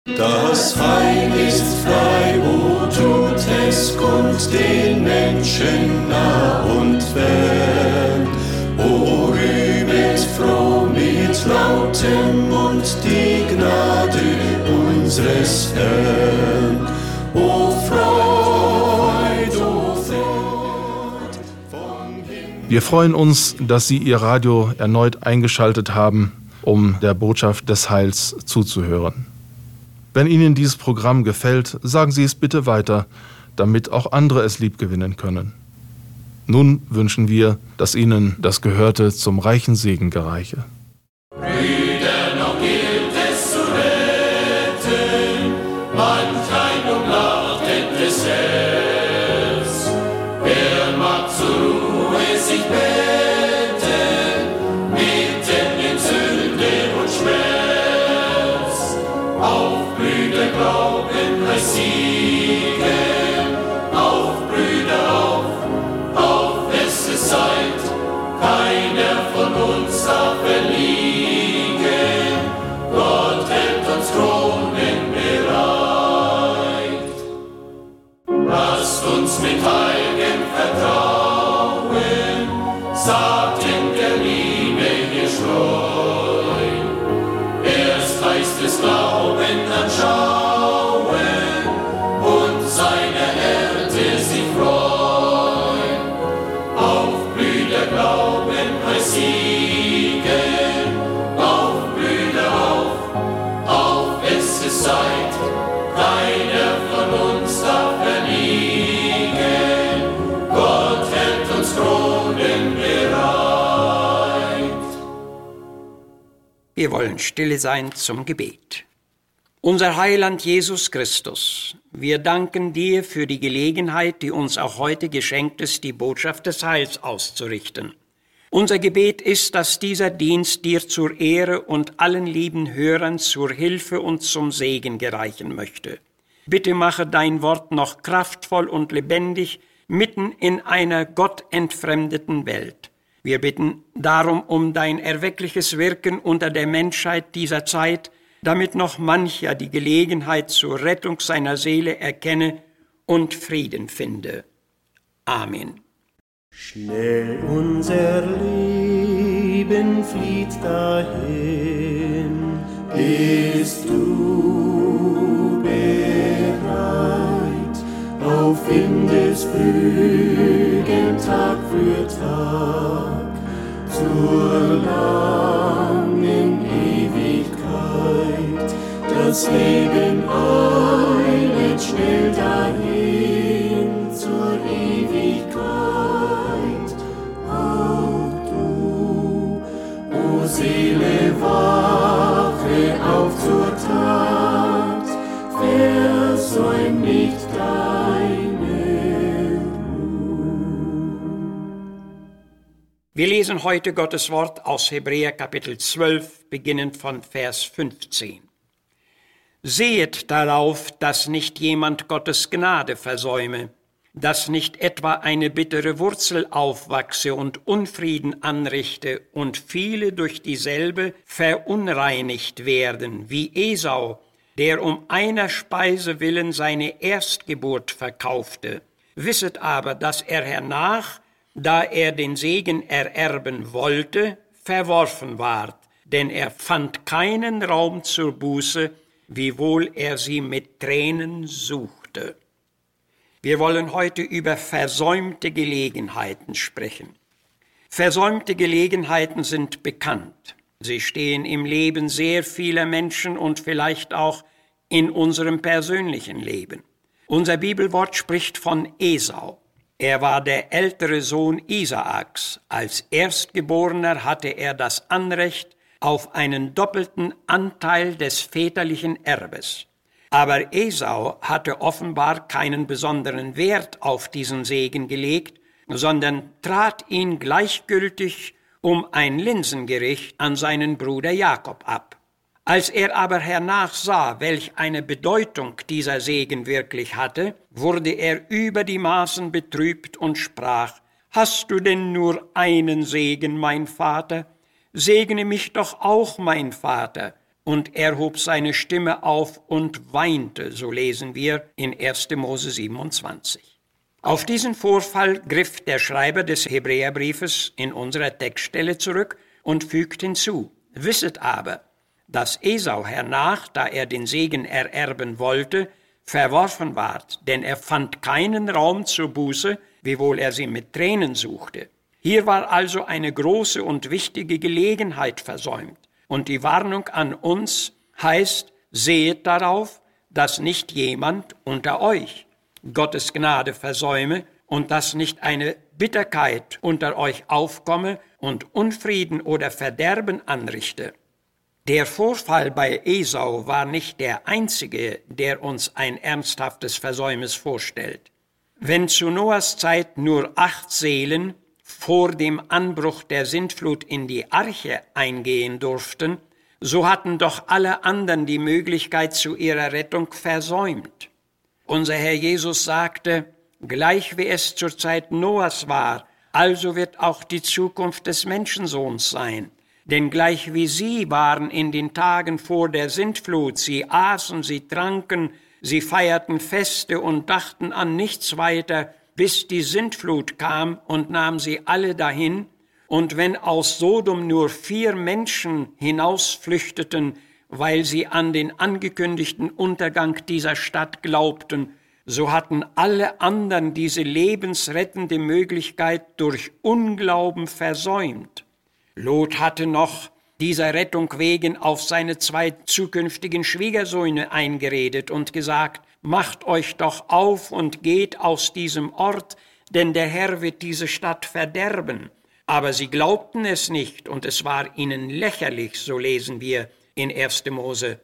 Das Heil ist frei, o tut es kund den Menschen nah und fern. O rühmet froh mit lautem Mund die Gnade unseres Herrn. O Freud, vom Himmel. Wir freuen uns, dass Sie Ihr Radio erneut eingeschaltet haben, um der Botschaft des Heils zuzuhören. Wenn Ihnen dieses Programm gefällt, sagen Sie es bitte weiter, damit auch andere es liebgewinnen können. Nun wünschen wir, dass Ihnen das Gehörte zum reichen Segen gereiche. Brüder, noch gilt es zu retten, manch umlachtendes Herz. Wer mag zur Ruhe sich betten, mitten in Sünde und Schmerz. Auf Brüder glauben heißt siegen, auf Brüder auf es ist Zeit, keiner von uns darf verliegen, Gott hält uns Kronen bereit. Lasst uns mit Heiligen vertrauen, sagt in der Liebe hier streuen. Erst heißt es Glauben anschauen und seine Härte sich freuen. Auf Brüder glauben heißt siegen, auf Brüder auf es ist Zeit, keiner von uns darf verliegen, Gott hält uns Kronen bereit. Wir wollen stille sein zum Gebet. Unser Heiland Jesus Christus, wir danken dir für die Gelegenheit, die uns auch heute geschenkt ist, die Botschaft des Heils auszurichten. Unser Gebet ist, dass dieser Dienst dir zur Ehre und allen lieben Hörern zur Hilfe und zum Segen gereichen möchte. Bitte mache dein Wort noch kraftvoll und lebendig mitten in einer gottentfremdeten Welt. Wir bitten darum um dein erweckliches Wirken unter der Menschheit dieser Zeit, damit noch mancher die Gelegenheit zur Rettung seiner Seele erkenne und Frieden finde. Amen. Schnell unser Leben flieht dahin, bist du bereit, auf Windesflügen Tag für Tag, zur langen Ewigkeit, das Leben eilet schnell dahin, zur Ewigkeit. Auch du, o Seele, wache auf zur Tat, versäum nicht deine Ruhe. Wir lesen heute Gottes Wort aus Hebräer Kapitel 12, beginnend von Vers 15. Sehet darauf, dass nicht jemand Gottes Gnade versäume, dass nicht etwa eine bittere Wurzel aufwachse und Unfrieden anrichte und viele durch dieselbe verunreinigt werden, wie Esau, der um einer Speise willen seine Erstgeburt verkaufte. Wisset aber, dass er hernach, da er den Segen ererben wollte, verworfen ward, denn er fand keinen Raum zur Buße, wiewohl er sie mit Tränen suchte. Wir wollen heute über versäumte Gelegenheiten sprechen. Versäumte Gelegenheiten sind bekannt. Sie stehen im Leben sehr vieler Menschen und vielleicht auch in unserem persönlichen Leben. Unser Bibelwort spricht von Esau. Er war der ältere Sohn Isaaks. Als Erstgeborener hatte er das Anrecht auf einen doppelten Anteil des väterlichen Erbes. Aber Esau hatte offenbar keinen besonderen Wert auf diesen Segen gelegt, sondern trat ihn gleichgültig um ein Linsengericht an seinen Bruder Jakob ab. Als er aber hernach sah, welch eine Bedeutung dieser Segen wirklich hatte, wurde er über die Maßen betrübt und sprach: Hast du denn nur einen Segen, mein Vater? Segne mich doch auch, mein Vater. und er hob seine Stimme auf und weinte, so lesen wir in 1. Mose 27. Auf diesen Vorfall griff der Schreiber des Hebräerbriefes in unserer Textstelle zurück und fügt hinzu: Wisset aber, dass Esau hernach, da er den Segen ererben wollte, verworfen ward, denn er fand keinen Raum zur Buße, wiewohl er sie mit Tränen suchte. Hier war also eine große und wichtige Gelegenheit versäumt. Und die Warnung an uns heißt: Sehet darauf, dass nicht jemand unter euch Gottes Gnade versäume und dass nicht eine Bitterkeit unter euch aufkomme und Unfrieden oder Verderben anrichte. Der Vorfall bei Esau war nicht der einzige, der uns ein ernsthaftes Versäumnis vorstellt. Wenn zu Noahs Zeit nur 8 Seelen vor dem Anbruch der Sintflut in die Arche eingehen durften, so hatten doch alle anderen die Möglichkeit zu ihrer Rettung versäumt. Unser Herr Jesus sagte: Gleich wie es zur Zeit Noahs war, also wird auch die Zukunft des Menschensohns sein. Denn gleich wie sie waren in den Tagen vor der Sintflut, sie aßen, sie tranken, sie feierten Feste und dachten an nichts weiter, bis die Sintflut kam und nahm sie alle dahin. Und wenn aus Sodom nur 4 Menschen hinausflüchteten, weil sie an den angekündigten Untergang dieser Stadt glaubten, so hatten alle anderen diese lebensrettende Möglichkeit durch Unglauben versäumt. Lot hatte noch dieser Rettung wegen auf seine 2 zukünftigen Schwiegersöhne eingeredet und gesagt: Macht euch doch auf und geht aus diesem Ort, denn der Herr wird diese Stadt verderben. Aber sie glaubten es nicht, und es war ihnen lächerlich, so lesen wir in 1. Mose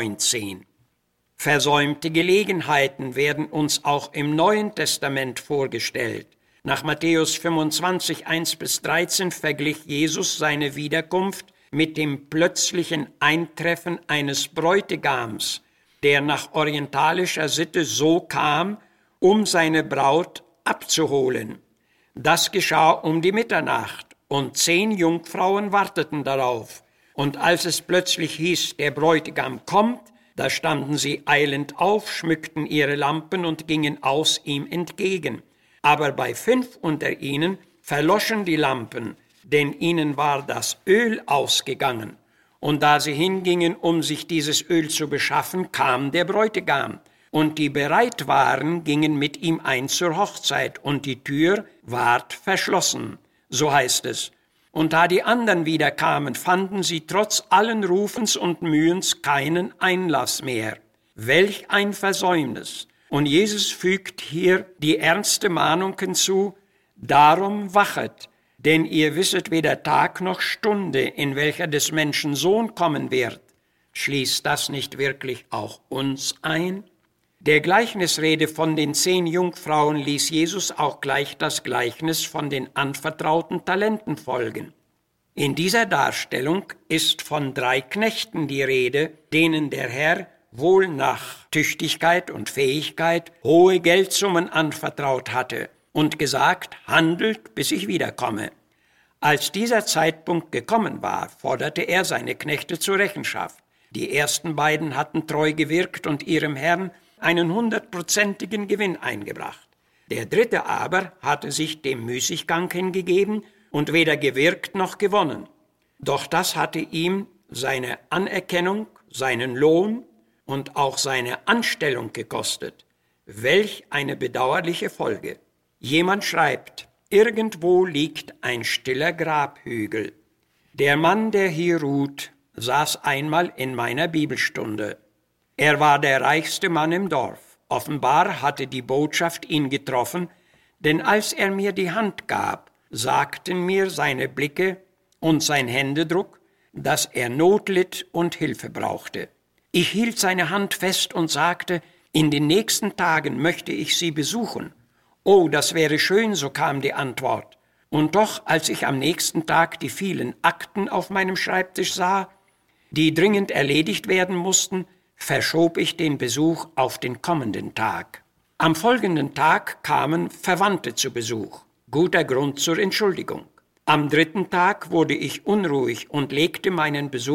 19. Versäumte Gelegenheiten werden uns auch im Neuen Testament vorgestellt. Nach Matthäus 25, 1-13 verglich Jesus seine Wiederkunft mit dem plötzlichen Eintreffen eines Bräutigams, der nach orientalischer Sitte so kam, um seine Braut abzuholen. Das geschah um die Mitternacht, und 10 Jungfrauen warteten darauf. Und als es plötzlich hieß, der Bräutigam kommt, da standen sie eilend auf, schmückten ihre Lampen und gingen aus ihm entgegen. Aber bei 5 unter ihnen verloschen die Lampen, denn ihnen war das Öl ausgegangen. Und da sie hingingen, um sich dieses Öl zu beschaffen, kam der Bräutigam. Und die bereit waren, gingen mit ihm ein zur Hochzeit, und die Tür ward verschlossen. So heißt es. Und da die anderen wieder kamen, fanden sie trotz allen Rufens und Mühens keinen Einlass mehr. Welch ein Versäumnis! Und Jesus fügt hier die ernste Mahnung hinzu: Darum wachet, denn ihr wisset weder Tag noch Stunde, in welcher des Menschen Sohn kommen wird. Schließt das nicht wirklich auch uns ein? Der Gleichnisrede von den 10 Jungfrauen ließ Jesus auch gleich das Gleichnis von den anvertrauten Talenten folgen. In dieser Darstellung ist von 3 Knechten die Rede, denen der Herr wohl nach Tüchtigkeit und Fähigkeit hohe Geldsummen anvertraut hatte und gesagt: Handelt, bis ich wiederkomme. Als dieser Zeitpunkt gekommen war, forderte er seine Knechte zur Rechenschaft. Die ersten beiden hatten treu gewirkt und ihrem Herrn einen 100%igen Gewinn eingebracht. Der dritte aber hatte sich dem Müßiggang hingegeben und weder gewirkt noch gewonnen. Doch das hatte ihm seine Anerkennung, seinen Lohn und auch seine Anstellung gekostet. Welch eine bedauerliche Folge. Jemand schreibt: Irgendwo liegt ein stiller Grabhügel. Der Mann, der hier ruht, saß einmal in meiner Bibelstunde. Er war der reichste Mann im Dorf. Offenbar hatte die Botschaft ihn getroffen, denn als er mir die Hand gab, sagten mir seine Blicke und sein Händedruck, dass er Not litt und Hilfe brauchte. Ich hielt seine Hand fest und sagte: In den nächsten Tagen möchte ich Sie besuchen. Oh, das wäre schön, so kam die Antwort. Und doch, als ich am nächsten Tag die vielen Akten auf meinem Schreibtisch sah, die dringend erledigt werden mussten, verschob ich den Besuch auf den kommenden Tag. Am folgenden Tag kamen Verwandte zu Besuch. Guter Grund zur Entschuldigung. Am 3. Tag wurde ich unruhig und legte meinen Besuch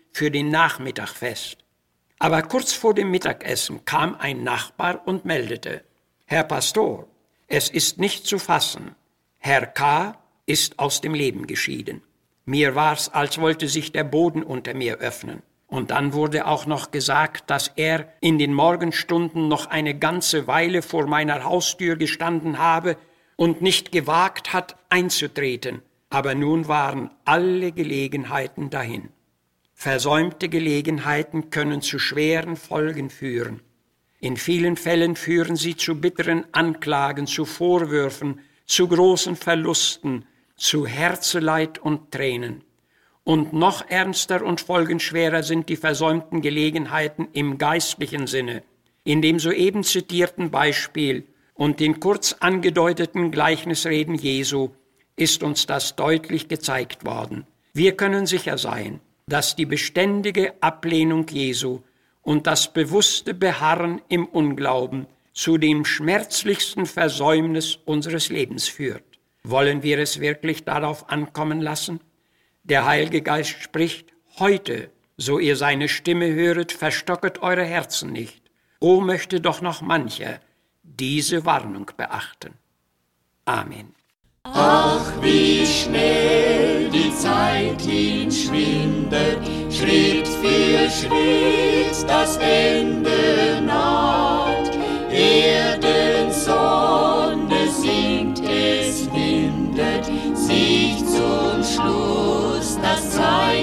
für den Nachmittag fest. Aber kurz vor dem Mittagessen kam ein Nachbar und meldete: Herr Pastor, es ist nicht zu fassen. Herr K. ist aus dem Leben geschieden. Mir war's, als wollte sich der Boden unter mir öffnen. Und dann wurde auch noch gesagt, dass er in den Morgenstunden noch eine ganze Weile vor meiner Haustür gestanden habe und nicht gewagt hat, einzutreten. Aber nun waren alle Gelegenheiten dahin. Versäumte Gelegenheiten können zu schweren Folgen führen. In vielen Fällen führen sie zu bitteren Anklagen, zu Vorwürfen, zu großen Verlusten, zu Herzeleid und Tränen. Und noch ernster und folgenschwerer sind die versäumten Gelegenheiten im geistlichen Sinne. In dem soeben zitierten Beispiel und den kurz angedeuteten Gleichnisreden Jesu ist uns das deutlich gezeigt worden. Wir können sicher sein, dass die beständige Ablehnung Jesu und das bewusste Beharren im Unglauben zu dem schmerzlichsten Versäumnis unseres Lebens führt. Wollen wir es wirklich darauf ankommen lassen? Der Heilige Geist spricht: Heute, so ihr seine Stimme höret, verstocket eure Herzen nicht. O möchte doch noch mancher diese Warnung beachten. Amen. Ach, wie schnell die Zeit hinschwindet, Schritt für Schritt das Ende naht. Erden Sonne sinkt, es windet sich zum Schluss das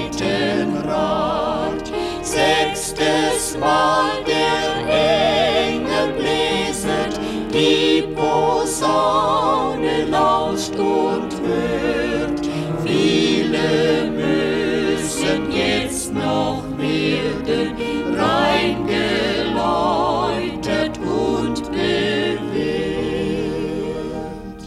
Zeitenrad. 6. Mal der Engel bläset, die Posaune lauscht und hört. Viele müssen jetzt noch werden, rein geläutet und bewährt.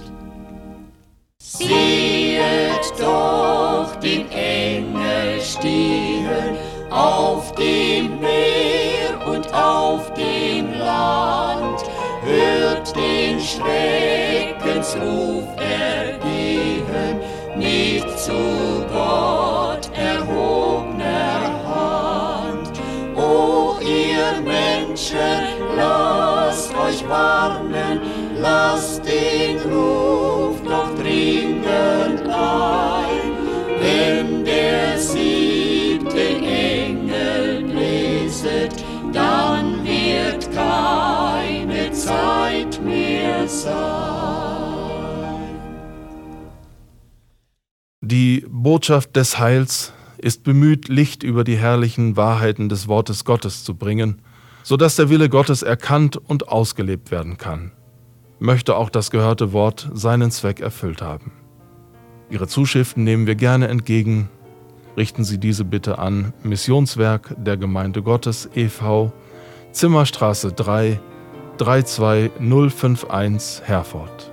Sehet doch den Engel stehen auf dem Meer und auf dem Land. Hört den Schreckensruf ergehen, mit zu Gott erhobener Hand. O ihr Menschen, lasst euch warnen, lasst den Ruf doch dringend ein. Wenn der 7. Engel bläset, dann wird keine Zeit mehr sein. Die Botschaft des Heils ist bemüht, Licht über die herrlichen Wahrheiten des Wortes Gottes zu bringen, sodass der Wille Gottes erkannt und ausgelebt werden kann. Möchte auch das gehörte Wort seinen Zweck erfüllt haben. Ihre Zuschriften nehmen wir gerne entgegen. Richten Sie diese bitte an Missionswerk der Gemeinde Gottes e.V., Zimmerstraße 3, 32051, Herford.